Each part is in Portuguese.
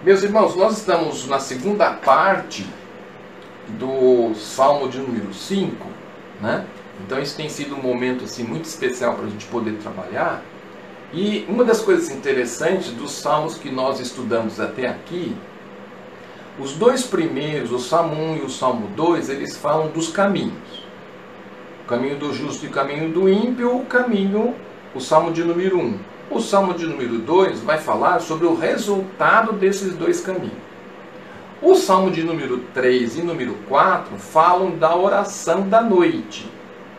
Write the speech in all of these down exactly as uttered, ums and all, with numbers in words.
Meus irmãos, nós estamos na segunda parte do Salmo de número cinco, né? Então isso tem sido um momento assim, muito especial para a gente poder trabalhar. E uma das coisas interessantes dos salmos que nós estudamos até aqui, os dois primeiros, o Salmo um e o Salmo dois, eles falam dos caminhos. O caminho do justo e o caminho do ímpio, o caminho, o Salmo de número um. O Salmo de número dois vai falar sobre o resultado desses dois caminhos. O Salmo de número três e número quatro falam da oração da noite.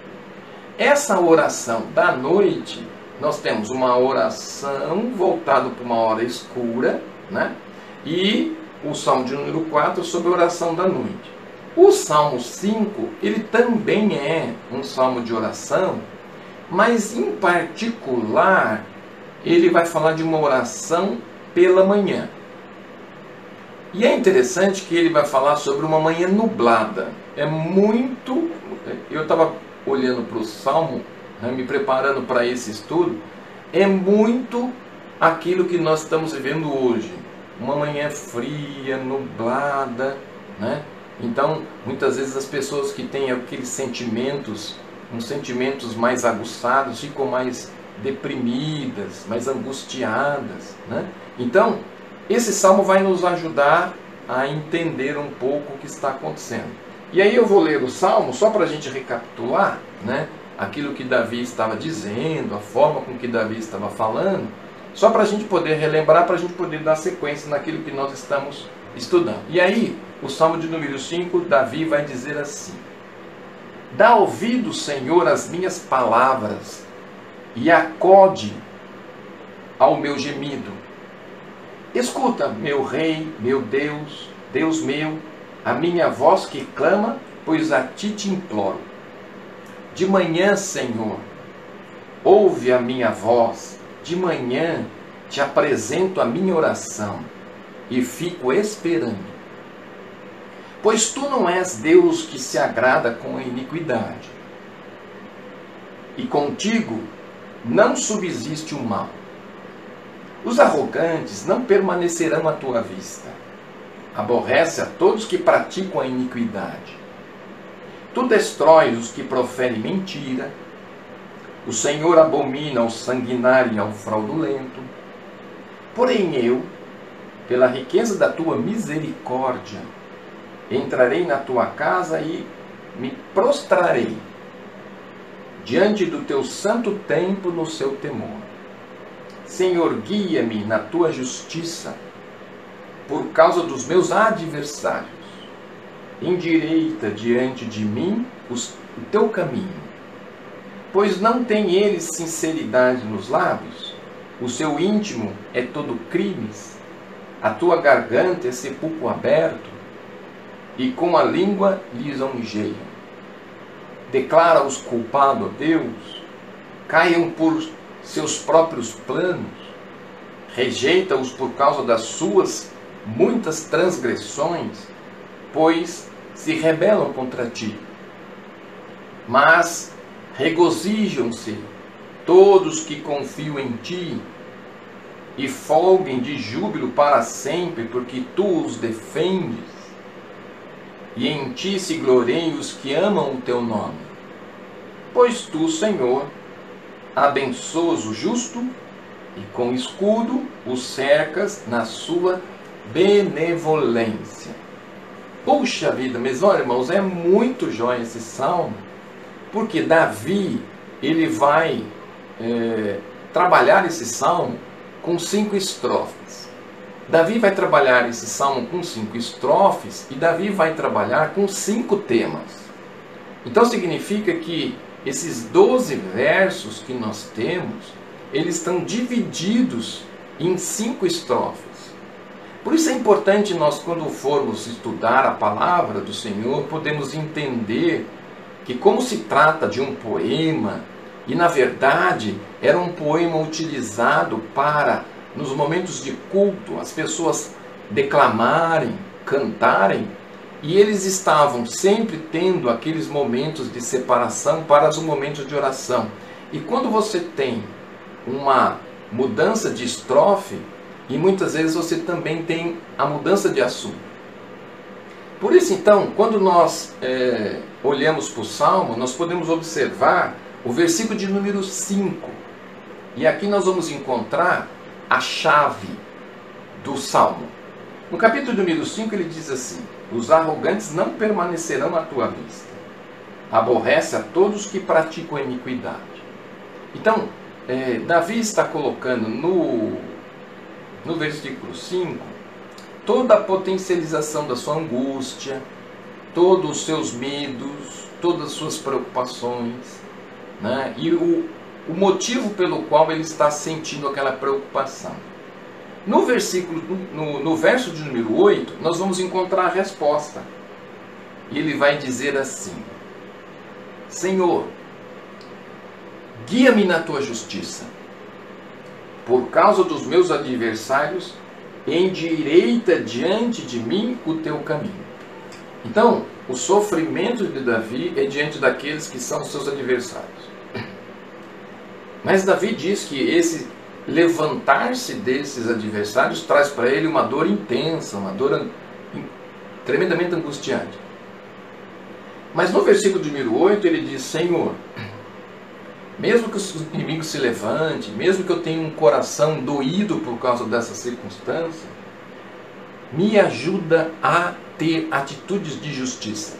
Essa oração da noite, nós temos uma oração voltada para uma hora escura, né? E o Salmo de número quatro sobre a oração da noite. O Salmo cinco, ele também é um salmo de oração, mas em particular ele vai falar de uma oração pela manhã. E é interessante que ele vai falar sobre uma manhã nublada. É muito... Eu estava olhando para o Salmo, né, me preparando para esse estudo, é muito aquilo que nós estamos vivendo hoje. Uma manhã fria, nublada, né? Então, muitas vezes as pessoas que têm aqueles sentimentos, uns sentimentos mais aguçados, ficam mais deprimidas, mais angustiadas, né? Então, esse salmo vai nos ajudar a entender um pouco o que está acontecendo. E aí eu vou ler o salmo só para a gente recapitular, né, aquilo que Davi estava dizendo, a forma com que Davi estava falando, só para a gente poder relembrar, para a gente poder dar sequência naquilo que nós estamos estudando. E aí, o salmo de número cinco, Davi vai dizer assim: dá ouvido, Senhor, às minhas palavras, e acode ao meu gemido. Escuta, meu Rei, meu Deus, Deus meu, a minha voz que clama, pois a ti te imploro. De manhã, Senhor, ouve a minha voz, de manhã te apresento a minha oração e fico esperando. Pois tu não és Deus que se agrada com a iniquidade, e contigo não subsiste o mal. Os arrogantes não permanecerão à tua vista. Aborrece a todos que praticam a iniquidade. Tu destróis os que proferem mentira. O Senhor abomina ao sanguinário e ao fraudulento. Porém eu, pela riqueza da tua misericórdia, entrarei na tua casa e me prostrarei diante do teu santo templo no seu temor. Senhor, guia-me na tua justiça, por causa dos meus adversários. Endireita diante de mim os, o teu caminho, pois não tem eles sinceridade nos lábios, o seu íntimo é todo crimes, a tua garganta é sepulcro aberto, e com a língua lisonjeiam. Declara-os culpado a Deus, caiam por seus próprios planos, rejeita-os por causa das suas muitas transgressões, pois se rebelam contra ti. Mas regozijam-se todos que confiam em ti, e folguem de júbilo para sempre, porque tu os defendes, e em ti se gloriem os que amam o teu nome. Pois tu, Senhor, abençoas o justo, e com escudo o cercas na sua benevolência. Puxa vida, mas olha, irmãos, é muito jóia esse salmo, porque Davi, ele vai é, trabalhar esse salmo com cinco estrofes. Davi vai trabalhar esse salmo com cinco estrofes, e Davi vai trabalhar com cinco temas. Então significa que esses doze versos que nós temos, eles estão divididos em cinco estrofes. Por isso é importante nós, quando formos estudar a palavra do Senhor, podemos entender que, como se trata de um poema, e na verdade era um poema utilizado para, nos momentos de culto, as pessoas declamarem, cantarem, e eles estavam sempre tendo aqueles momentos de separação para os momentos de oração. E quando você tem uma mudança de estrofe, e muitas vezes você também tem a mudança de assunto. Por isso, então, quando nós é, olhamos para o Salmo, nós podemos observar o versículo de número cinco. E aqui nós vamos encontrar a chave do Salmo. No capítulo número cinco ele diz assim: os arrogantes não permanecerão à tua vista. Aborrece a todos que praticam iniquidade. Então, é, Davi está colocando no, no versículo cinco toda a potencialização da sua angústia, todos os seus medos, todas as suas preocupações, né? E o, o motivo pelo qual ele está sentindo aquela preocupação. No versículo, no, no verso de número oito, nós vamos encontrar a resposta. E ele vai dizer assim: Senhor, guia-me na tua justiça. Por causa dos meus adversários, endireita diante de mim o teu caminho. Então, o sofrimento de Davi é diante daqueles que são seus adversários. Mas Davi diz que esse levantar-se desses adversários traz para ele uma dor intensa, uma dor tremendamente angustiante. Mas no versículo de número oito ele diz: Senhor, mesmo que os inimigos se levantem, mesmo que eu tenha um coração doído por causa dessa circunstância, me ajuda a ter atitudes de justiça.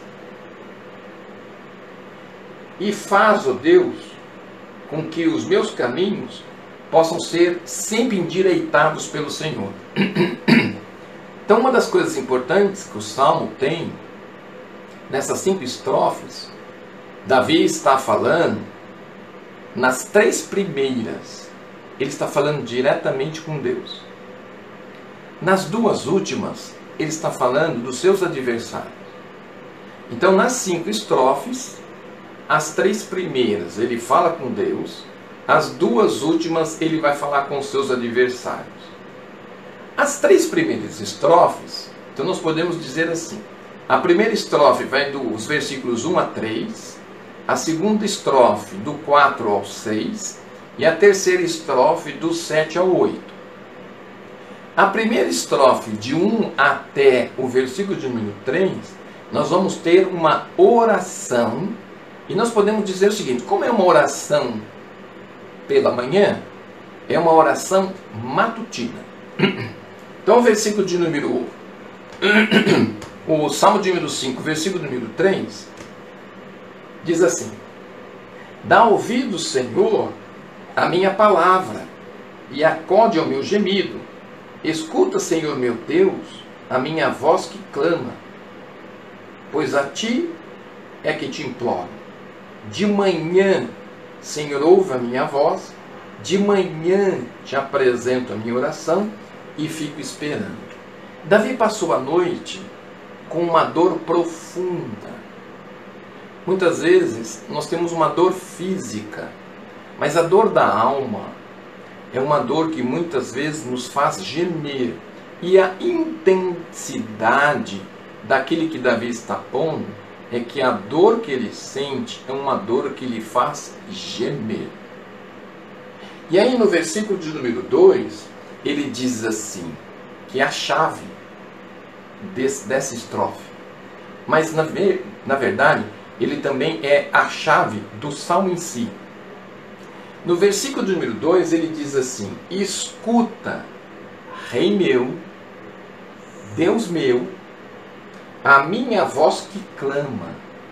E faz, ó Deus, com que os meus caminhos possam ser sempre endireitados pelo Senhor. Então, uma das coisas importantes que o Salmo tem, nessas cinco estrofes, Davi está falando, nas três primeiras, ele está falando diretamente com Deus. Nas duas últimas, ele está falando dos seus adversários. Então, nas cinco estrofes, as três primeiras ele fala com Deus, as duas últimas ele vai falar com os seus adversários. As três primeiras estrofes, então nós podemos dizer assim: a primeira estrofe vai dos versículos um a três, a segunda estrofe do quatro ao seis e a terceira estrofe do sete ao oito. A primeira estrofe de um até o versículo de número três, nós vamos ter uma oração, e nós podemos dizer o seguinte: como é uma oração pela manhã, é uma oração matutina. Então o versículo de número o Salmo de número cinco, versículo número três, diz assim: dá ouvido, Senhor, à minha palavra, e acode ao meu gemido. Escuta, Senhor meu Deus, a minha voz que clama, pois a ti é que te imploro. De manhã, Senhor, ouve a minha voz, de manhã te apresento a minha oração e fico esperando. Davi passou a noite com uma dor profunda. Muitas vezes nós temos uma dor física, mas a dor da alma é uma dor que muitas vezes nos faz gemer. E a intensidade daquele que Davi está pondo é que a dor que ele sente é uma dor que lhe faz gemer. E aí no versículo de número dois, ele diz assim, que é a chave desse, dessa estrofe. Mas na, na verdade, ele também é a chave do salmo em si. No versículo de número dois, ele diz assim: escuta, Rei meu, Deus meu, a minha voz que clama,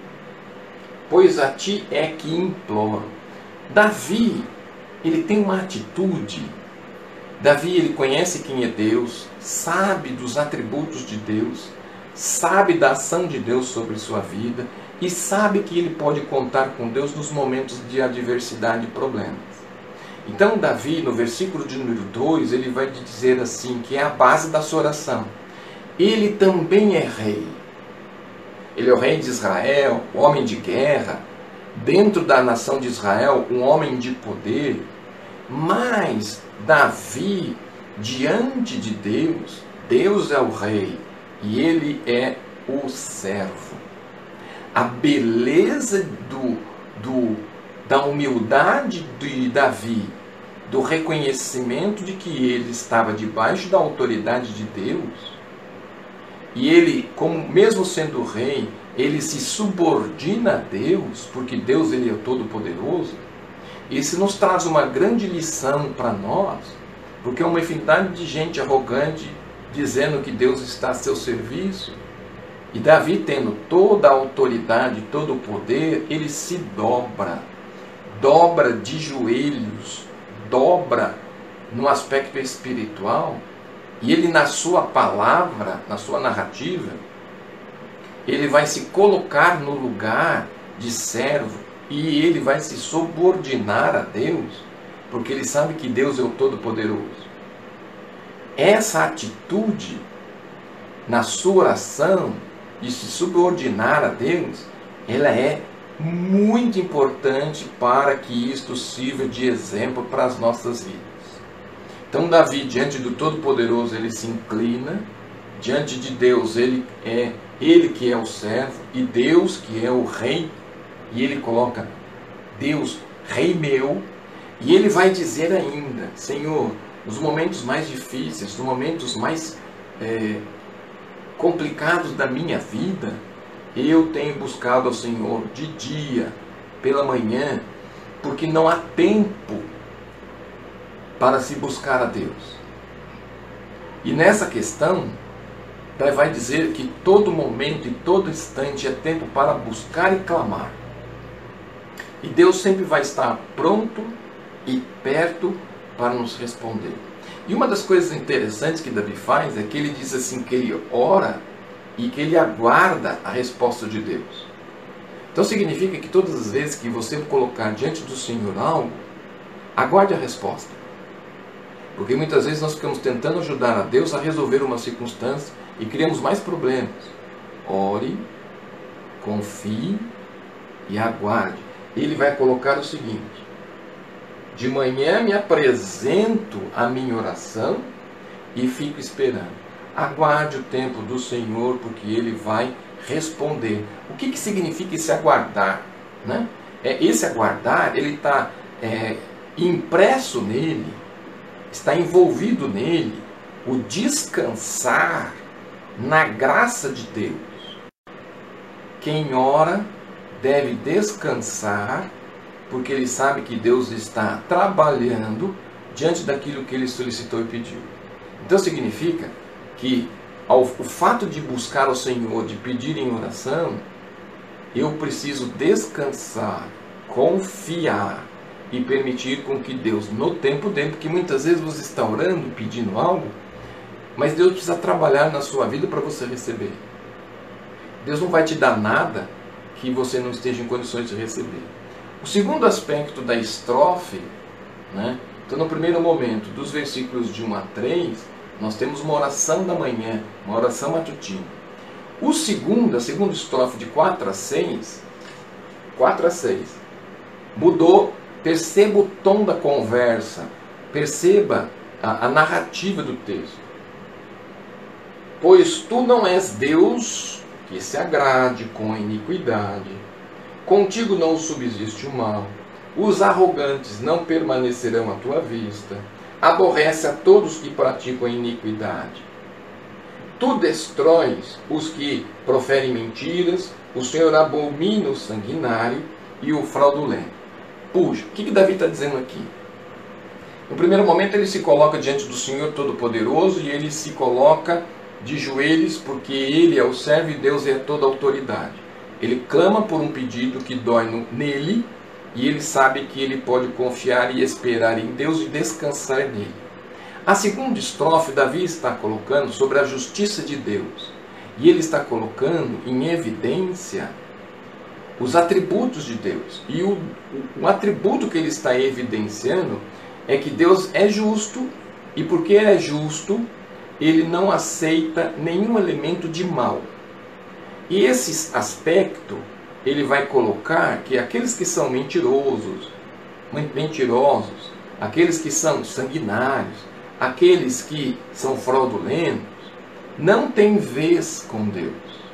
pois a ti é que imploro. Davi, ele tem uma atitude. Davi, ele conhece quem é Deus, sabe dos atributos de Deus, sabe da ação de Deus sobre sua vida e sabe que ele pode contar com Deus nos momentos de adversidade e problemas. Então Davi, no versículo de número dois, ele vai dizer assim, que é a base da sua oração. Ele também é rei. Ele é o rei de Israel, homem de guerra, dentro da nação de Israel, um homem de poder. Mas Davi, diante de Deus, Deus é o rei e ele é o servo. A beleza do, do, da humildade de Davi do reconhecimento de que ele estava debaixo da autoridade de Deus, e ele, como mesmo sendo rei, ele se subordina a Deus, porque Deus ele é o Todo-Poderoso. Isso nos traz uma grande lição para nós, porque é uma infinidade de gente arrogante dizendo que Deus está a seu serviço. E Davi, tendo toda a autoridade, todo o poder, ele se dobra, dobra de joelhos, dobra no aspecto espiritual, e ele na sua palavra, na sua narrativa, ele vai se colocar no lugar de servo, e ele vai se subordinar a Deus, porque ele sabe que Deus é o Todo-Poderoso. Essa atitude na sua oração de se subordinar a Deus, ela é muito importante para que isto sirva de exemplo para as nossas vidas. Então Davi, diante do Todo-Poderoso, ele se inclina, diante de Deus, ele é ele que é o servo, e Deus que é o rei, e ele coloca Deus, rei meu, e ele vai dizer ainda, Senhor, nos momentos mais difíceis, nos momentos mais é, complicados da minha vida, eu tenho buscado ao Senhor de dia, pela manhã, porque não há tempo para se buscar a Deus. E nessa questão, Davi vai dizer que todo momento e todo instante é tempo para buscar e clamar. E Deus sempre vai estar pronto e perto para nos responder. E uma das coisas interessantes que Davi faz é que ele diz assim, que ele ora e que ele aguarda a resposta de Deus. Então significa que todas as vezes que você colocar diante do Senhor algo, aguarde a resposta. Porque muitas vezes nós ficamos tentando ajudar a Deus a resolver uma circunstância e criamos mais problemas. Ore, confie e aguarde. Ele vai colocar o seguinte: de manhã me apresento à minha oração e fico esperando. Aguarde o tempo do Senhor, porque Ele vai responder. O que, que significa esse aguardar? Né? É, esse aguardar, ele está é, impresso nele, está envolvido nele, o descansar na graça de Deus. Quem ora deve descansar, porque ele sabe que Deus está trabalhando diante daquilo que ele solicitou e pediu. Então significa que ao, o fato de buscar ao Senhor, de pedir em oração, eu preciso descansar, confiar e permitir com que Deus, no tempo dele, porque muitas vezes você está orando, pedindo algo, mas Deus precisa trabalhar na sua vida para você receber. Deus não vai te dar nada que você não esteja em condições de receber. O segundo aspecto da estrofe, né? Então no primeiro momento, dos versículos de um a três, nós temos uma oração da manhã, uma oração matutina. O segundo, a segunda estrofe de quatro a seis, quatro a seis, mudou, perceba o tom da conversa, perceba a, a narrativa do texto. Pois tu não és Deus que se agrade com a iniquidade, contigo não subsiste o mal, os arrogantes não permanecerão à tua vista, aborrece a todos que praticam a iniquidade. Tu destróis os que proferem mentiras, o Senhor abomina o sanguinário e o fraudulento. Puxa, o que, que Davi está dizendo aqui? No primeiro momento ele se coloca diante do Senhor Todo-Poderoso e ele se coloca de joelhos, porque ele é o servo e Deus é toda a autoridade. Ele clama por um pedido que dói no, nele, e ele sabe que ele pode confiar e esperar em Deus e descansar nele. A segunda estrofe, Davi está colocando sobre a justiça de Deus, e ele está colocando em evidência os atributos de Deus. E o, o, o atributo que ele está evidenciando é que Deus é justo, e porque é justo, ele não aceita nenhum elemento de mal. E esse aspecto, ele vai colocar que aqueles que são mentirosos, mentirosos, aqueles que são sanguinários, aqueles que são fraudulentos, não têm vez com Deus.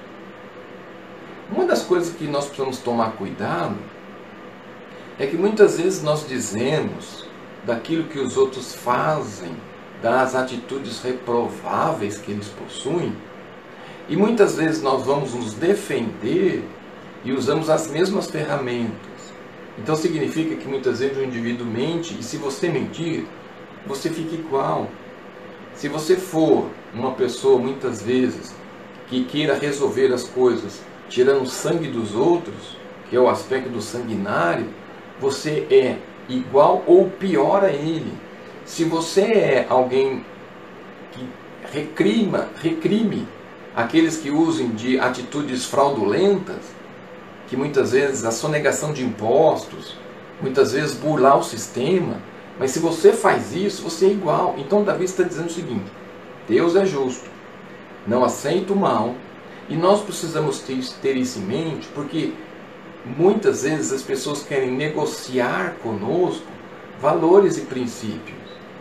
Uma das coisas que nós precisamos tomar cuidado é que muitas vezes nós dizemos daquilo que os outros fazem, das atitudes reprováveis que eles possuem. E muitas vezes nós vamos nos defender e usamos as mesmas ferramentas. Então significa que muitas vezes o indivíduo mente, e se você mentir, você fica igual. Se você for uma pessoa, muitas vezes, que queira resolver as coisas tirando o sangue dos outros, que é o aspecto do sanguinário, você é igual ou pior a ele. Se você é alguém que recrima, recrime aqueles que usem de atitudes fraudulentas, que muitas vezes a sonegação de impostos, muitas vezes burlar o sistema, mas se você faz isso, você é igual. Então Davi está dizendo o seguinte: Deus é justo, não aceita o mal, e nós precisamos ter, ter isso em mente, porque muitas vezes as pessoas querem negociar conosco valores e princípios.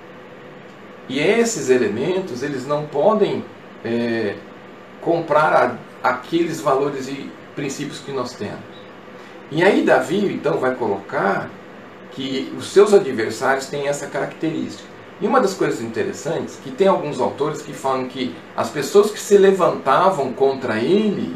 E esses elementos, eles não podem é, comprar a, aqueles valores e princípios que nós temos. E aí Davi, então, vai colocar que os seus adversários têm essa característica. E uma das coisas interessantes, que tem alguns autores que falam que as pessoas que se levantavam contra ele,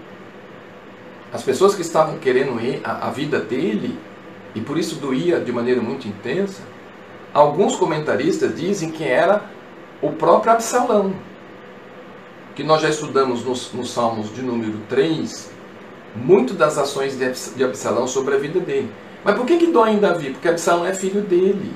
as pessoas que estavam querendo a, a vida dele, e por isso doía de maneira muito intensa, alguns comentaristas dizem que era o próprio Absalão, que nós já estudamos nos, nos Salmos de número três, muito das ações de Absalão sobre a vida dele. Mas por que que dói em Davi? Porque Absalão é filho dele.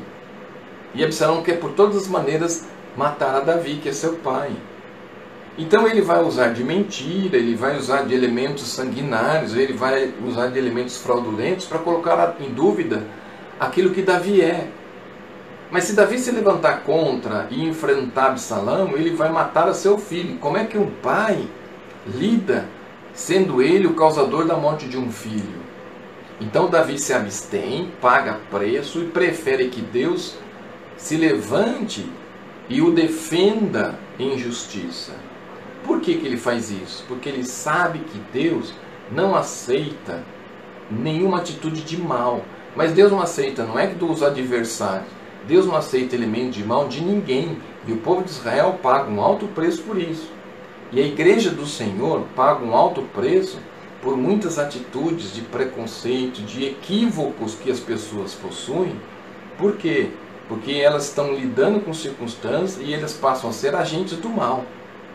E Absalão quer por todas as maneiras matar a Davi, que é seu pai. Então ele vai usar de mentira, ele vai usar de elementos sanguinários, ele vai usar de elementos fraudulentos para colocar em dúvida aquilo que Davi é. Mas se Davi se levantar contra e enfrentar Absalão, ele vai matar a seu filho. Como é que um pai lida sendo ele o causador da morte de um filho? Então Davi se abstém, paga preço e prefere que Deus se levante e o defenda em justiça. Por que que ele faz isso? Porque ele sabe que Deus não aceita nenhuma atitude de mal. Mas Deus não aceita, não é dos adversários. Deus não aceita elemento de mal de ninguém. E o povo de Israel paga um alto preço por isso. E a igreja do Senhor paga um alto preço por muitas atitudes de preconceito, de equívocos que as pessoas possuem. Por quê? Porque elas estão lidando com circunstâncias e elas passam a ser agentes do mal.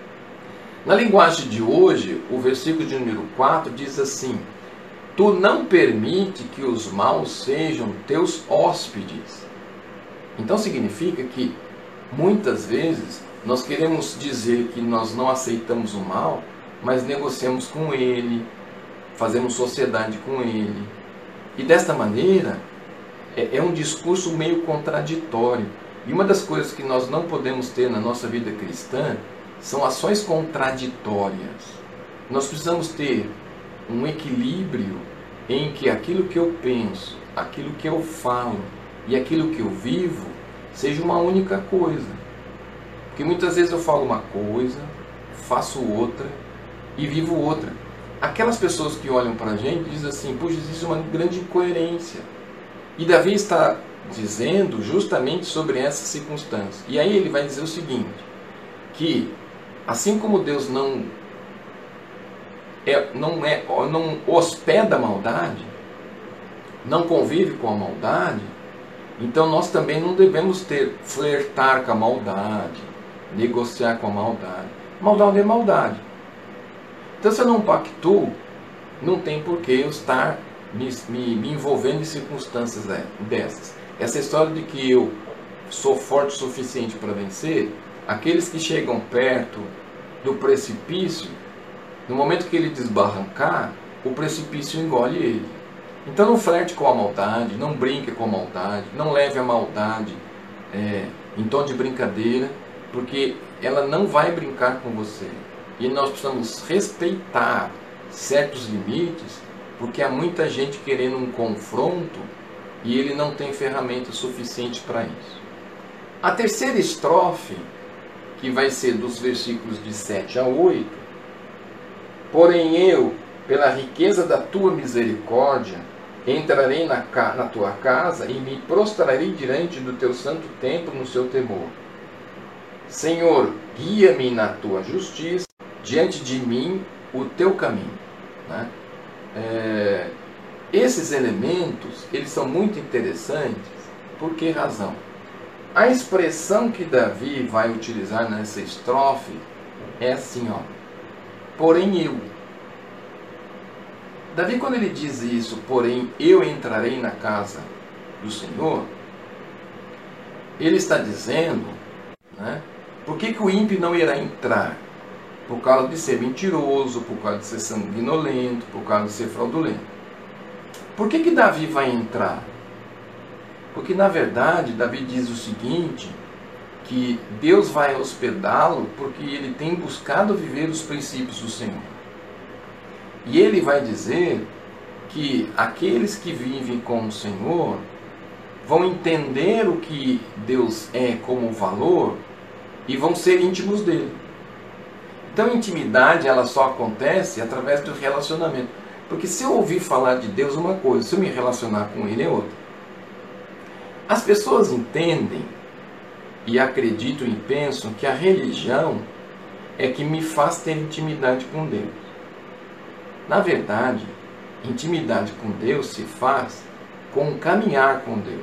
Na linguagem de hoje, o versículo de número quatro diz assim: Tu não permite que os maus sejam teus hóspedes. Então significa que muitas vezes nós queremos dizer que nós não aceitamos o mal, mas negociamos com ele, fazemos sociedade com ele. E desta maneira, é, é um discurso meio contraditório. E uma das coisas que nós não podemos ter na nossa vida cristã são ações contraditórias. Nós precisamos ter um equilíbrio em que aquilo que eu penso, aquilo que eu falo e aquilo que eu vivo seja uma única coisa. Porque muitas vezes eu falo uma coisa, faço outra e vivo outra. Aquelas pessoas que olham para a gente dizem assim: puxa, existe uma grande incoerência. E Davi está dizendo justamente sobre essa circunstância. E aí ele vai dizer o seguinte, que assim como Deus não é, não é, não hospeda a maldade, não convive com a maldade, então nós também não devemos ter, flertar com a maldade, negociar com a maldade. Maldade é maldade. Então se eu não pactuo, não tem por que eu estar me, me, me envolvendo em circunstâncias dessas. Essa história de que eu sou forte o suficiente para vencer, aqueles que chegam perto do precipício, no momento que ele desbarrancar, o precipício engole ele. Então não flerte com a maldade, não brinque com a maldade, não leve a maldade é, em tom de brincadeira, porque ela não vai brincar com você. E nós precisamos respeitar certos limites, porque há muita gente querendo um confronto e ele não tem ferramenta suficiente para isso. A terceira estrofe, que vai ser dos versículos de sete a oito, porém eu, pela riqueza da tua misericórdia, Entrarei na, ca na tua casa e me prostrarei diante do teu santo templo no seu temor. Senhor, guia-me na tua justiça, diante de mim o teu caminho. Né? É, esses elementos, eles são muito interessantes. Por que razão? A expressão que Davi vai utilizar nessa estrofe é assim, ó. Porém eu. Davi, quando ele diz isso, porém eu entrarei na casa do Senhor, ele está dizendo, né, por que, que o ímpio não irá entrar? Por causa de ser mentiroso, por causa de ser sanguinolento, por causa de ser fraudulento. Por que, que Davi vai entrar? Porque, na verdade, Davi diz o seguinte, que Deus vai hospedá-lo porque ele tem buscado viver os princípios do Senhor. E ele vai dizer que aqueles que vivem com o Senhor vão entender o que Deus é como valor e vão ser íntimos dele. Então, a intimidade ela só acontece através do relacionamento. Porque se eu ouvir falar de Deus uma coisa, se eu me relacionar com ele é outra. As pessoas entendem e acreditam e pensam que a religião é que me faz ter intimidade com Deus. Na verdade, intimidade com Deus se faz com caminhar com Deus.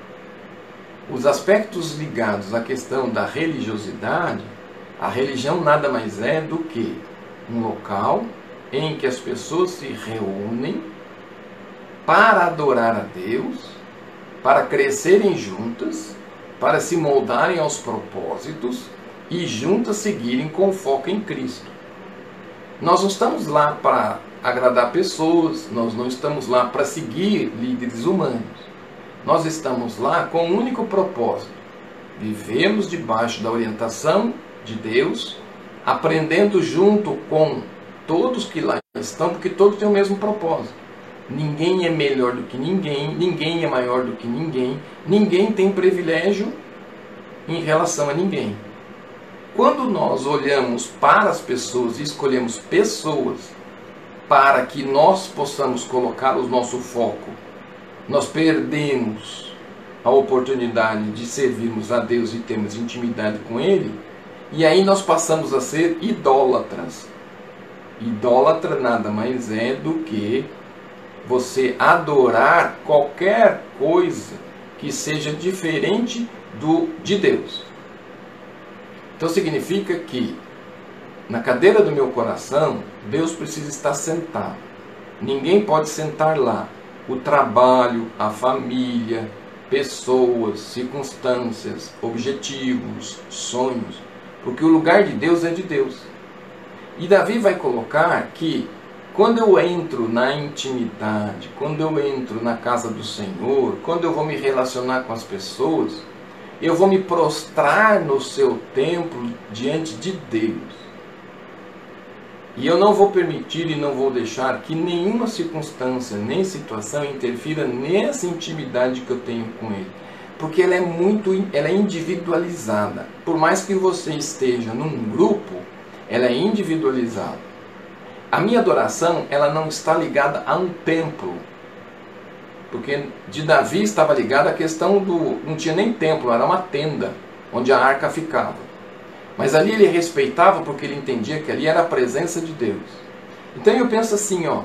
Os aspectos ligados à questão da religiosidade, a religião nada mais é do que um local em que as pessoas se reúnem para adorar a Deus, para crescerem juntas, para se moldarem aos propósitos e juntas seguirem com foco em Cristo. Nós não estamos lá para agradar pessoas, nós não estamos lá para seguir líderes humanos. Nós estamos lá com um único propósito: vivemos debaixo da orientação de Deus, aprendendo junto com todos que lá estão, porque todos têm o mesmo propósito. Ninguém é melhor do que ninguém, ninguém é maior do que ninguém, ninguém tem privilégio em relação a ninguém. Quando nós olhamos para as pessoas e escolhemos pessoas para que nós possamos colocar o nosso foco, nós perdemos a oportunidade de servirmos a Deus e termos intimidade com Ele, e aí nós passamos a ser idólatras. Idólatra nada mais é do que você adorar qualquer coisa que seja diferente do, de Deus. Então significa que na cadeira do meu coração, Deus precisa estar sentado. Ninguém pode sentar lá. O trabalho, a família, pessoas, circunstâncias, objetivos, sonhos. Porque o lugar de Deus é de Deus. E Davi vai colocar que quando eu entro na intimidade, quando eu entro na casa do Senhor, quando eu vou me relacionar com as pessoas, eu vou me prostrar no seu templo diante de Deus. E eu não vou permitir e não vou deixar que nenhuma circunstância, nem situação interfira nessa intimidade que eu tenho com Ele. Porque ela é muito, ela é individualizada. Por mais que você esteja num grupo, ela é individualizada. A minha adoração, ela não está ligada a um templo. Porque de Davi estava ligada a questão do... não tinha nem templo, era uma tenda, onde a arca ficava. Mas ali ele respeitava porque ele entendia que ali era a presença de Deus. Então eu penso assim, ó,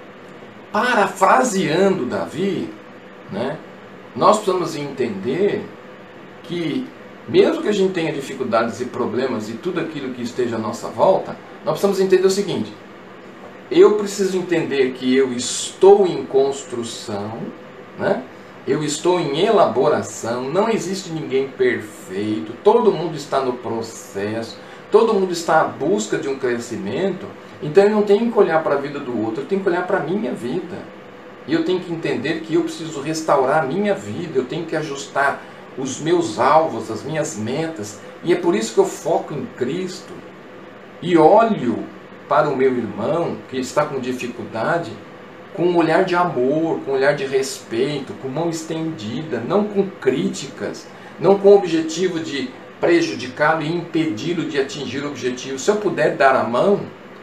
parafraseando Davi, né, nós precisamos entender que mesmo que a gente tenha dificuldades e problemas e tudo aquilo que esteja à nossa volta, nós precisamos entender o seguinte: eu preciso entender que eu estou em construção, né? Eu estou em elaboração, não existe ninguém perfeito, todo mundo está no processo, todo mundo está à busca de um crescimento, então eu não tenho que olhar para a vida do outro, eu tenho que olhar para a minha vida. E eu tenho que entender que eu preciso restaurar a minha vida, eu tenho que ajustar os meus alvos, as minhas metas, e é por isso que eu foco em Cristo e olho para o meu irmão que está com dificuldade, com um olhar de amor, com um olhar de respeito, com mão estendida, não com críticas, não com o objetivo de prejudicá-lo e impedi-lo de atingir o objetivo. Se eu puder dar a mão,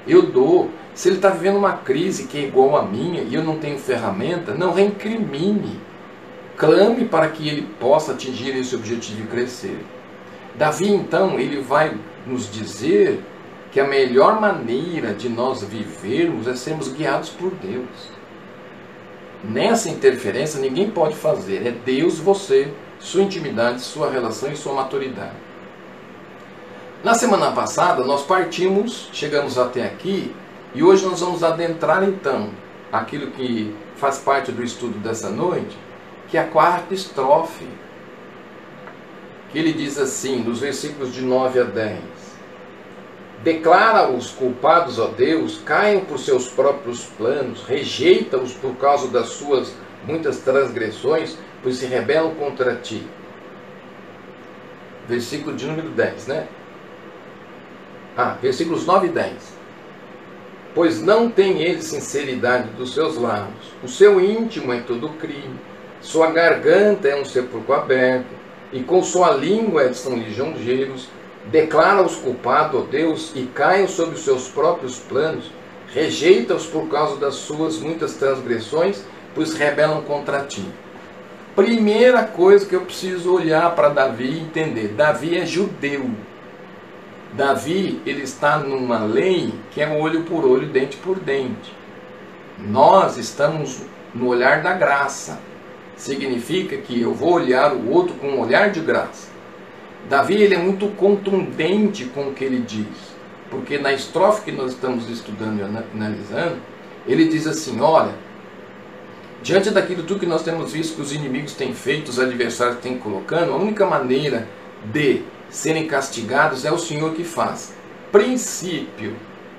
eu dou. Se ele está vivendo uma crise que é igual à minha e eu não tenho ferramenta, não reincrimine. Clame para que ele possa atingir esse objetivo e crescer. Davi, então, ele vai nos dizer que a melhor maneira de nós vivermos é sermos guiados por Deus. Nessa interferência ninguém pode fazer, é Deus, você, sua intimidade, sua relação e sua maturidade. Na semana passada nós partimos, chegamos até aqui, e hoje nós vamos adentrar então aquilo que faz parte do estudo dessa noite, que é a quarta estrofe, que ele diz assim, nos versículos de nove a dez: declara os culpados, ó Deus, caiam por seus próprios planos, rejeita-os por causa das suas muitas transgressões, pois se rebelam contra ti. Versículo de número dez, né? Ah, versículos nove e dez. Pois não tem ele sinceridade dos seus lábios, o seu íntimo é todo crime, sua garganta é um sepulcro aberto, e com sua língua são lisonjeiros. Declara os culpados, ó Deus, e caiam sobre os seus próprios planos, rejeita-os por causa das suas muitas transgressões, pois rebelam contra ti. Primeira coisa que eu preciso olhar para Davi e entender: Davi é judeu. Davi, ele está numa lei que é olho por olho, dente por dente. Nós estamos no olhar da graça. Significa que eu vou olhar o outro com um olhar de graça. Davi, ele é muito contundente com o que ele diz, porque na estrofe que nós estamos estudando e analisando, ele diz assim: olha, diante daquilo tudo que nós temos visto que os inimigos têm feito, os adversários têm colocando, a única maneira de serem castigados é o Senhor que faz. Princípio: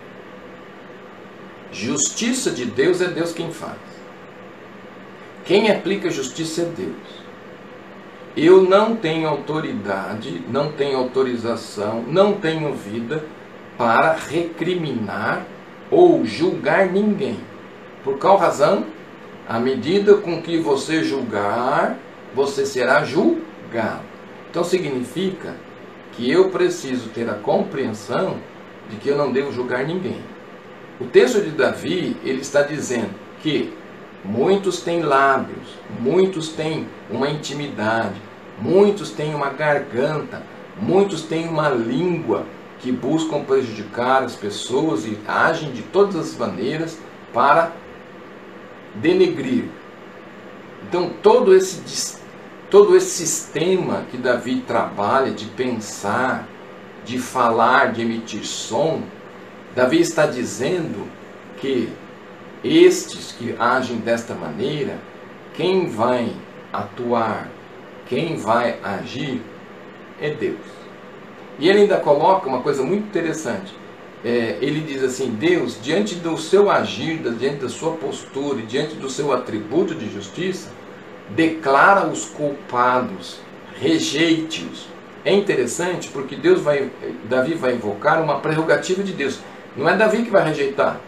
justiça de Deus é Deus quem faz. Quem aplica justiça é Deus. Eu não tenho autoridade, não tenho autorização, não tenho vida para recriminar ou julgar ninguém. Por qual razão? À medida com que você julgar, você será julgado. Então significa que eu preciso ter a compreensão de que eu não devo julgar ninguém. O texto de Davi, ele está dizendo que muitos têm lábios, muitos têm uma intimidade, muitos têm uma garganta, muitos têm uma língua que buscam prejudicar as pessoas e agem de todas as maneiras para denegrir. Então todo esse, todo esse sistema que Davi trabalha de pensar, de falar, de emitir som, Davi está dizendo que estes que agem desta maneira, quem vai atuar, quem vai agir é Deus. E ele ainda coloca uma coisa muito interessante. É, ele diz assim: Deus, diante do seu agir, diante da sua postura e diante do seu atributo de justiça, declara os culpados, rejeite-os. É interessante porque Deus vai, Davi vai invocar uma prerrogativa de Deus. Não é Davi que vai rejeitar.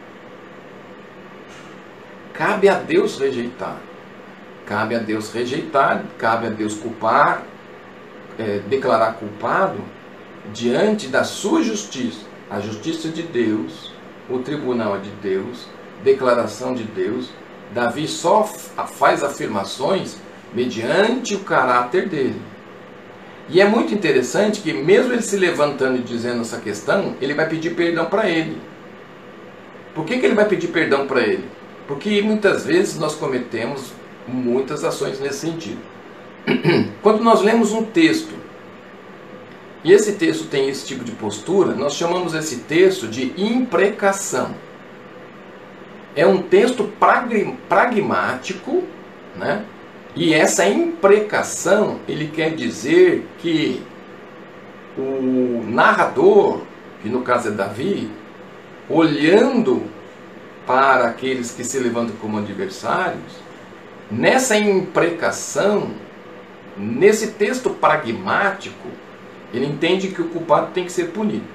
Cabe a Deus rejeitar. Cabe a Deus rejeitar, cabe a Deus culpar, é, declarar culpado diante da sua justiça. A justiça de Deus, o tribunal é de Deus, declaração de Deus. Davi só faz afirmações mediante o caráter dele. E é muito interessante que mesmo ele se levantando e dizendo essa questão, ele vai pedir perdão para ele. Por que que ele vai pedir perdão para ele? Porque muitas vezes nós cometemos muitas ações nesse sentido. Quando nós lemos um texto, e esse texto tem esse tipo de postura, nós chamamos esse texto de imprecação. É um texto pragmático, né? E essa imprecação, ele quer dizer que o narrador, que no caso é Davi, olhando para aqueles que se levantam como adversários, nessa imprecação, nesse texto pragmático, ele entende que o culpado tem que ser punido.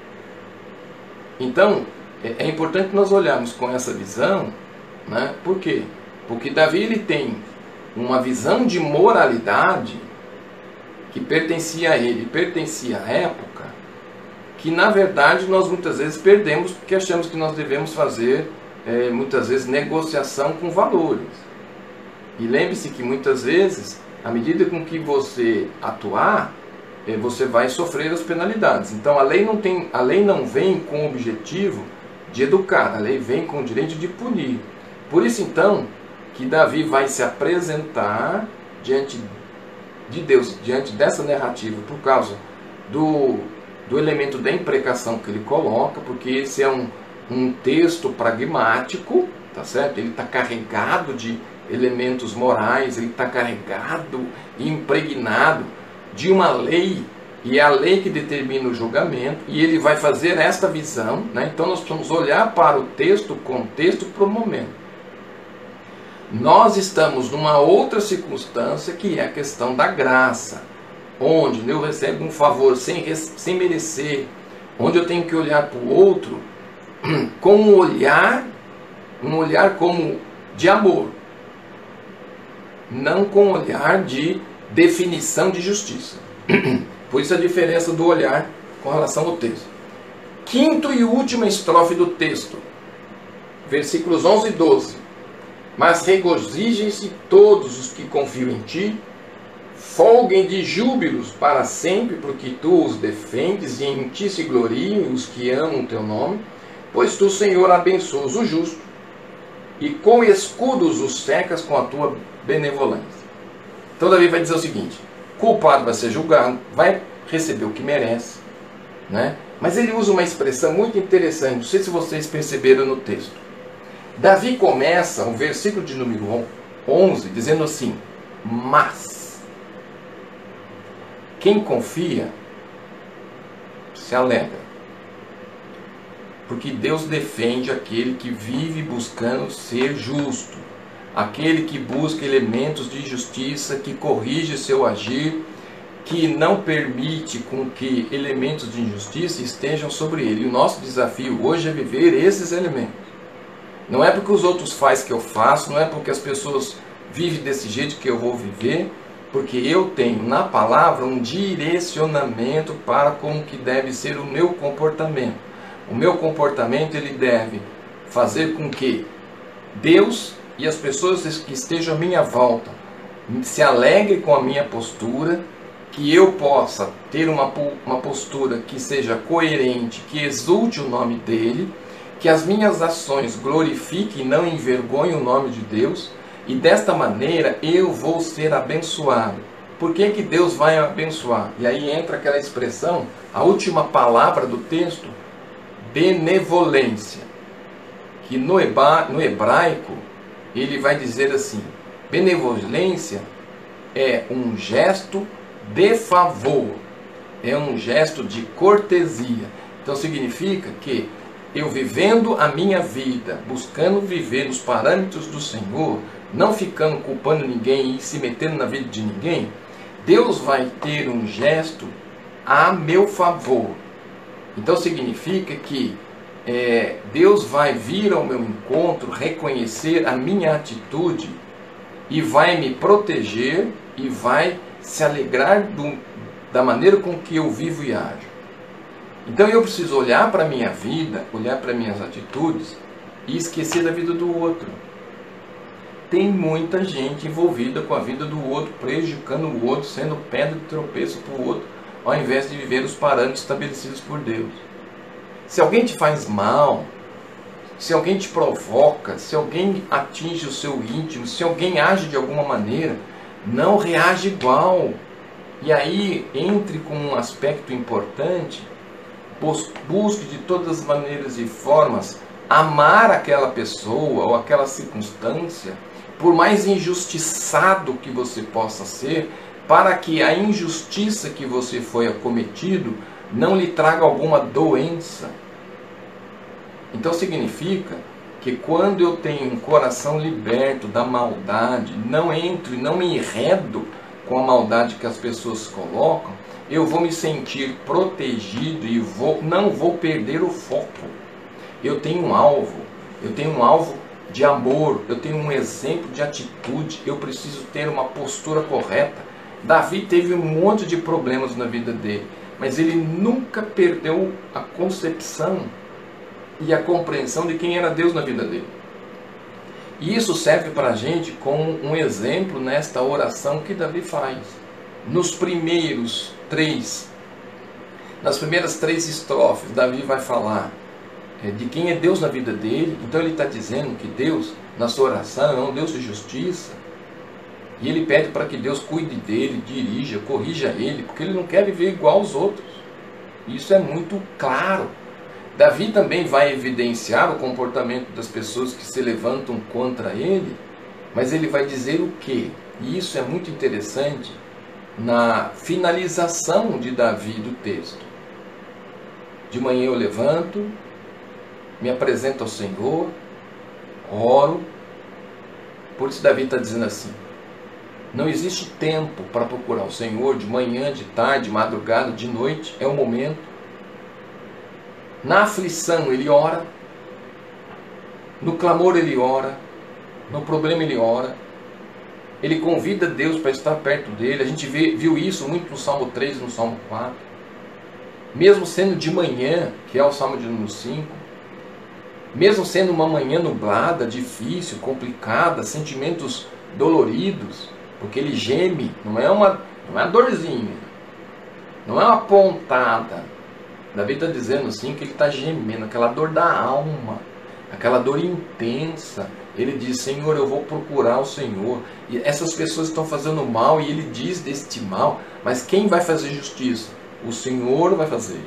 Então, é importante nós olharmos com essa visão, né? Por quê? Porque Davi, ele tem uma visão de moralidade que pertencia a ele, pertencia à época, que na verdade nós muitas vezes perdemos porque achamos que nós devemos fazer é, muitas vezes negociação com valores. E lembre-se que muitas vezes, à medida com que você atuar, é, você vai sofrer as penalidades. Então a lei não tem, a lei não vem com o objetivo de educar, a lei vem com o direito de punir. Por isso então que Davi vai se apresentar diante de Deus, diante dessa narrativa, por causa do, do elemento da imprecação que ele coloca, porque esse é um, um texto pragmático, tá certo? Ele está carregado de elementos morais, ele está carregado e impregnado de uma lei, e é a lei que determina o julgamento, e ele vai fazer esta visão, né? Então nós precisamos olhar para o texto, o contexto, para o momento. Nós estamos numa outra circunstância, que é a questão da graça, onde eu recebo um favor sem, sem merecer, onde eu tenho que olhar para o outro com um olhar, um olhar como de amor, não com um olhar de definição de justiça. Por isso a diferença do olhar com relação ao texto. Quinto e última estrofe do texto, versículos onze e doze. Mas regozijem-se todos os que confiam em ti, folguem de júbilos para sempre, porque tu os defendes, e em ti se gloriem os que amam o teu nome, pois tu, Senhor, abençoas o justo, e com escudos os cercas com a tua benevolência. Então Davi vai dizer o seguinte: culpado vai ser julgado, vai receber o que merece, né? Mas ele usa uma expressão muito interessante, não sei se vocês perceberam no texto. Davi começa o versículo de número onze dizendo assim: mas quem confia se alegra, porque Deus defende aquele que vive buscando ser justo, aquele que busca elementos de justiça, que corrige seu agir, que não permite com que elementos de injustiça estejam sobre ele. E o nosso desafio hoje é viver esses elementos. Não é porque os outros fazem que eu faço, não é porque as pessoas vivem desse jeito que eu vou viver, porque eu tenho na palavra um direcionamento para como que deve ser o meu comportamento. O meu comportamento ele deve fazer com que Deus e as pessoas que estejam à minha volta se alegrem com a minha postura, que eu possa ter uma, uma postura que seja coerente, que exulte o nome dele, que as minhas ações glorifiquem e não envergonhem o nome de Deus, e desta maneira eu vou ser abençoado. Por que que Deus vai abençoar? E aí entra aquela expressão, a última palavra do texto, benevolência, que no, heba, no hebraico ele vai dizer assim: benevolência é um gesto de favor, é um gesto de cortesia. Então significa que eu vivendo a minha vida, buscando viver nos parâmetros do Senhor, não ficando culpando ninguém e se metendo na vida de ninguém, Deus vai ter um gesto a meu favor. Então significa que é, Deus vai vir ao meu encontro, reconhecer a minha atitude e vai me proteger e vai se alegrar do, da maneira com que eu vivo e ajo. Então eu preciso olhar para a minha vida, olhar para minhas atitudes e esquecer da vida do outro. Tem muita gente envolvida com a vida do outro, prejudicando o outro, sendo pedra de tropeço para o outro, ao invés de viver os parâmetros estabelecidos por Deus. Se alguém te faz mal, se alguém te provoca, se alguém atinge o seu íntimo, se alguém age de alguma maneira, não reage igual. E aí entre com um aspecto importante: busque de todas as maneiras e formas amar aquela pessoa ou aquela circunstância, por mais injustiçado que você possa ser, para que a injustiça que você foi acometido não lhe traga alguma doença. Então significa que quando eu tenho um coração liberto da maldade, não entro e não me enredo com a maldade que as pessoas colocam, eu vou me sentir protegido e vou, não vou perder o foco. Eu tenho um alvo, eu tenho um alvo de amor, eu tenho um exemplo de atitude, eu preciso ter uma postura correta. Davi teve um monte de problemas na vida dele, mas ele nunca perdeu a concepção e a compreensão de quem era Deus na vida dele. E isso serve para a gente como um exemplo nesta oração que Davi faz. Nos primeiros três, nas primeiras três estrofes, Davi vai falar é, de quem é Deus na vida dele. Então ele está dizendo que Deus, na sua oração, é um Deus de justiça. E ele pede para que Deus cuide dele, dirija, corrija ele, porque ele não quer viver igual aos outros. Isso é muito claro. Davi também vai evidenciar o comportamento das pessoas que se levantam contra ele, mas ele vai dizer o quê? E isso é muito interessante na finalização de Davi do texto. De manhã eu levanto, me apresento ao Senhor, oro. Por isso Davi está dizendo assim: não existe tempo para procurar o Senhor de manhã, de tarde, de madrugada, de noite, é o momento. Na aflição ele ora, no clamor ele ora, no problema ele ora, ele convida Deus para estar perto dele. A gente vê, viu isso muito no Salmo três e no Salmo quatro. Mesmo sendo de manhã, que é o Salmo de número cinco, mesmo sendo uma manhã nublada, difícil, complicada, sentimentos doloridos, porque ele geme, não é uma, não é uma dorzinha, não é uma pontada. Davi está dizendo assim que ele está gemendo, aquela dor da alma, aquela dor intensa. Ele diz: Senhor, eu vou procurar o Senhor. E essas pessoas estão fazendo mal, e ele diz deste mal, mas quem vai fazer justiça? O Senhor vai fazer.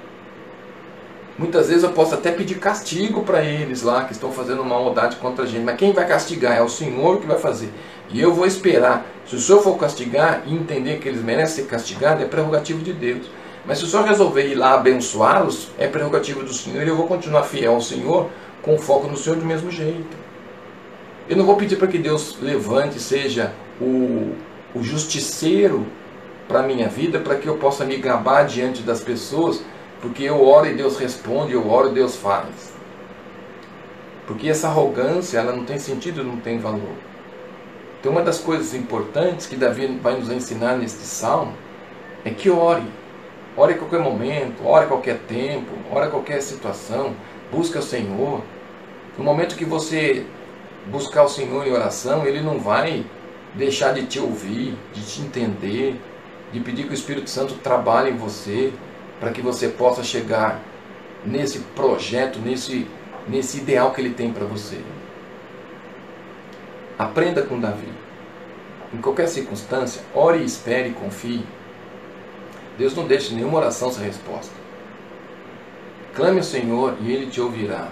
Muitas vezes eu posso até pedir castigo para eles lá, que estão fazendo maldade contra a gente, mas quem vai castigar é o Senhor que vai fazer. E eu vou esperar. Se o Senhor for castigar e entender que eles merecem ser castigados, é prerrogativo de Deus. Mas se o Senhor resolver ir lá abençoá-los, é prerrogativa do Senhor, e eu vou continuar fiel ao Senhor, com foco no Senhor do mesmo jeito. Eu não vou pedir para que Deus levante, seja o, o justiceiro para a minha vida, para que eu possa me gabar diante das pessoas, porque eu oro e Deus responde, eu oro e Deus faz. Porque essa arrogância, ela não tem sentido, não tem valor. Então uma das coisas importantes que Davi vai nos ensinar neste salmo é que ore. Ore a qualquer momento, ore a qualquer tempo, ore a qualquer situação, busque o Senhor. No momento que você buscar o Senhor em oração, Ele não vai deixar de te ouvir, de te entender, de pedir que o Espírito Santo trabalhe em você, para que você possa chegar nesse projeto, nesse, nesse ideal que Ele tem para você. Aprenda com Davi. Em qualquer circunstância, ore, espere e confie. Deus não deixa nenhuma oração sem resposta. Clame ao Senhor e Ele te ouvirá.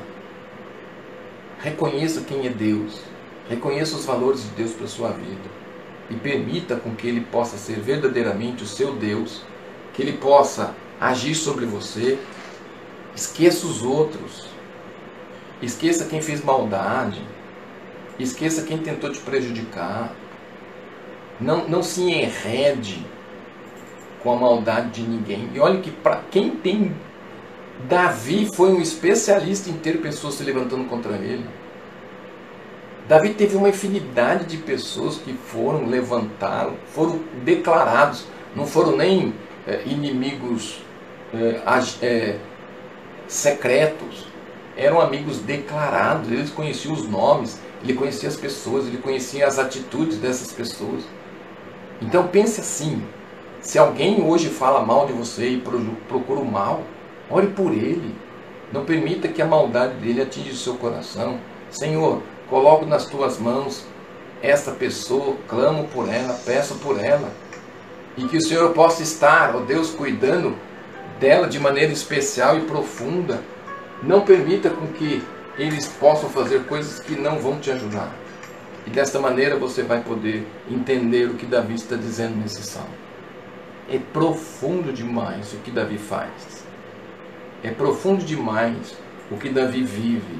Reconheça quem é Deus. Reconheça os valores de Deus para a sua vida. E permita com que Ele possa ser verdadeiramente o seu Deus. Que Ele possa agir sobre você. Esqueça os outros. Esqueça quem fez maldade. Esqueça quem tentou te prejudicar. Não, não se enrede com a maldade de ninguém. E olha que para quem tem... Davi foi um especialista em ter pessoas se levantando contra ele. Davi teve uma infinidade de pessoas que foram, levantaram, foram declarados, não foram nem é, inimigos é, é, secretos, eram amigos declarados. Eles conheciam os nomes, ele conhecia as pessoas, ele conhecia as atitudes dessas pessoas. Então pense assim: se alguém hoje fala mal de você e procura o mal, ore por ele. Não permita que a maldade dele atinja o seu coração. Senhor, coloco nas tuas mãos esta pessoa, clamo por ela, peço por ela. E que o Senhor possa estar, ó Deus, cuidando dela de maneira especial e profunda. Não permita com que eles possam fazer coisas que não vão te ajudar. E desta maneira você vai poder entender o que Davi está dizendo nesse salmo. É profundo demais o que Davi faz. É profundo demais o que Davi vive.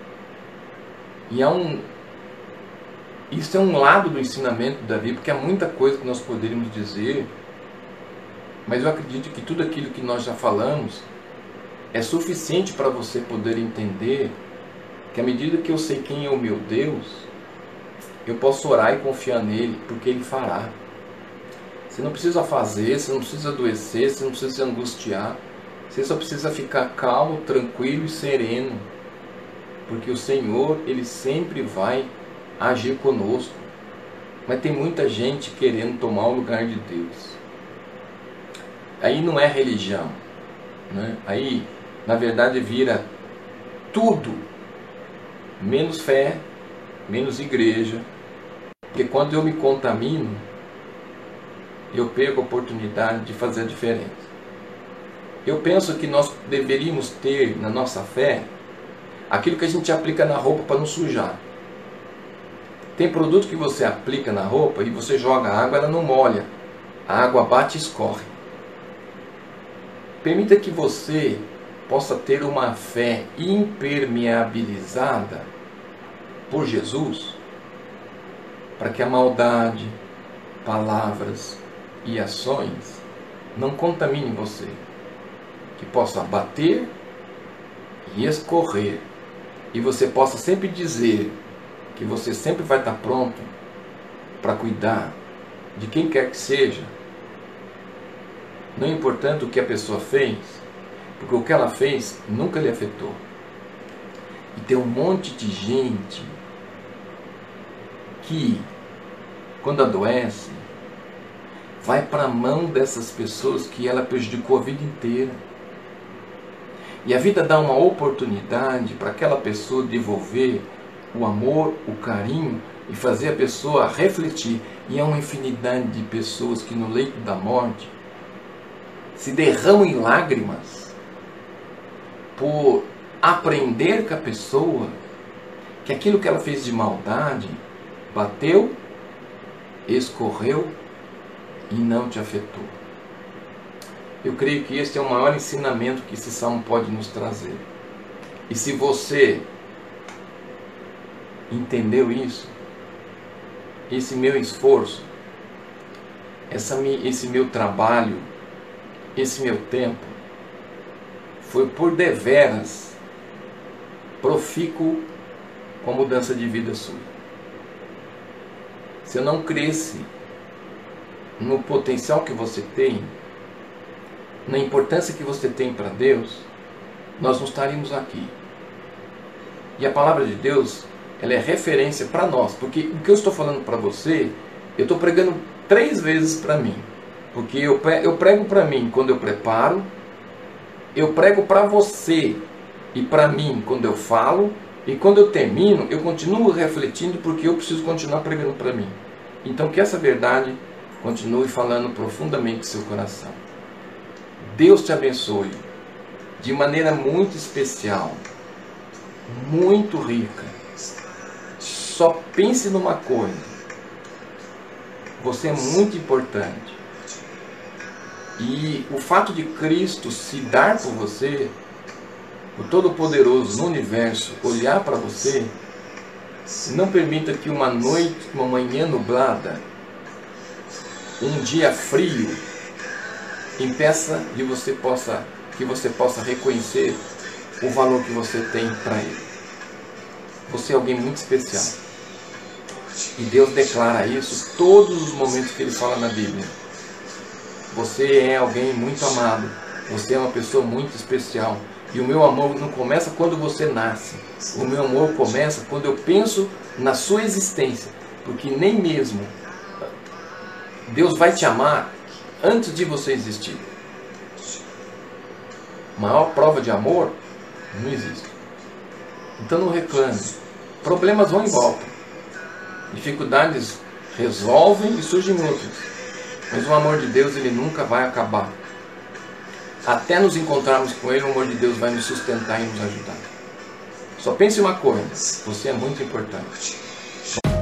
E há um... Isso é um lado do ensinamento de Davi, porque há muita coisa que nós poderíamos dizer, mas eu acredito que tudo aquilo que nós já falamos é suficiente para você poder entender que à medida que eu sei quem é o meu Deus, eu posso orar e confiar nele, porque ele fará. Você não precisa fazer, você não precisa adoecer, você não precisa se angustiar. Você só precisa ficar calmo, tranquilo e sereno. Porque o Senhor, Ele sempre vai agir conosco. Mas tem muita gente querendo tomar o lugar de Deus. Aí não é religião, né? Aí, na verdade, vira tudo menos fé, menos igreja. Porque quando eu me contamino, eu perco a oportunidade de fazer a diferença. Eu penso que nós deveríamos ter na nossa fé aquilo que a gente aplica na roupa para não sujar. Tem produto que você aplica na roupa e você joga água, ela não molha. A água bate e escorre. Permita que você possa ter uma fé impermeabilizada por Jesus, para que a maldade, palavras e ações não contaminem você, que possa bater e escorrer, e você possa sempre dizer que você sempre vai estar pronto para cuidar de quem quer que seja, não importando o que a pessoa fez, porque o que ela fez nunca lhe afetou. E tem um monte de gente que, quando adoece, vai para a mão dessas pessoas que ela prejudicou a vida inteira. E a vida dá uma oportunidade para aquela pessoa devolver o amor, o carinho e fazer a pessoa refletir. E há uma infinidade de pessoas que no leito da morte se derramam em lágrimas por aprender com a pessoa que aquilo que ela fez de maldade bateu, escorreu e não te afetou. Eu creio que este é o maior ensinamento que esse salmo pode nos trazer. E se você entendeu isso, esse meu esforço, essa, esse meu trabalho, esse meu tempo, foi por deveras profícuo com a mudança de vida sua. Se eu não cresce no potencial que você tem, na importância que você tem para Deus, nós não estaríamos aqui. E a palavra de Deus, ela é referência para nós, porque o que eu estou falando para você, eu estou pregando três vezes para mim. Porque eu prego para mim quando eu preparo, eu prego para você e para mim quando eu falo, e quando eu termino, eu continuo refletindo porque eu preciso continuar pregando para mim. Então que essa verdade continue falando profundamente no seu coração. Deus te abençoe de maneira muito especial, muito rica. Só pense numa coisa: você é muito importante. E o fato de Cristo se dar por você, o Todo-Poderoso no universo olhar para você, não permita que uma noite, uma manhã nublada, um dia frio, impeça de você possa, que você possa reconhecer o valor que você tem para Ele. Você é alguém muito especial. E Deus declara isso todos os momentos que Ele fala na Bíblia. Você é alguém muito amado. Você é uma pessoa muito especial. E o meu amor não começa quando você nasce. O meu amor começa quando eu penso na sua existência. Porque nem mesmo Deus vai te amar antes de você existir. Maior prova de amor não existe. Então não reclame. Problemas vão e voltam. Dificuldades resolvem e surgem outras. Mas o amor de Deus, ele nunca vai acabar. Até nos encontrarmos com Ele, o amor de Deus vai nos sustentar e nos ajudar. Só pense uma coisa: você é muito importante.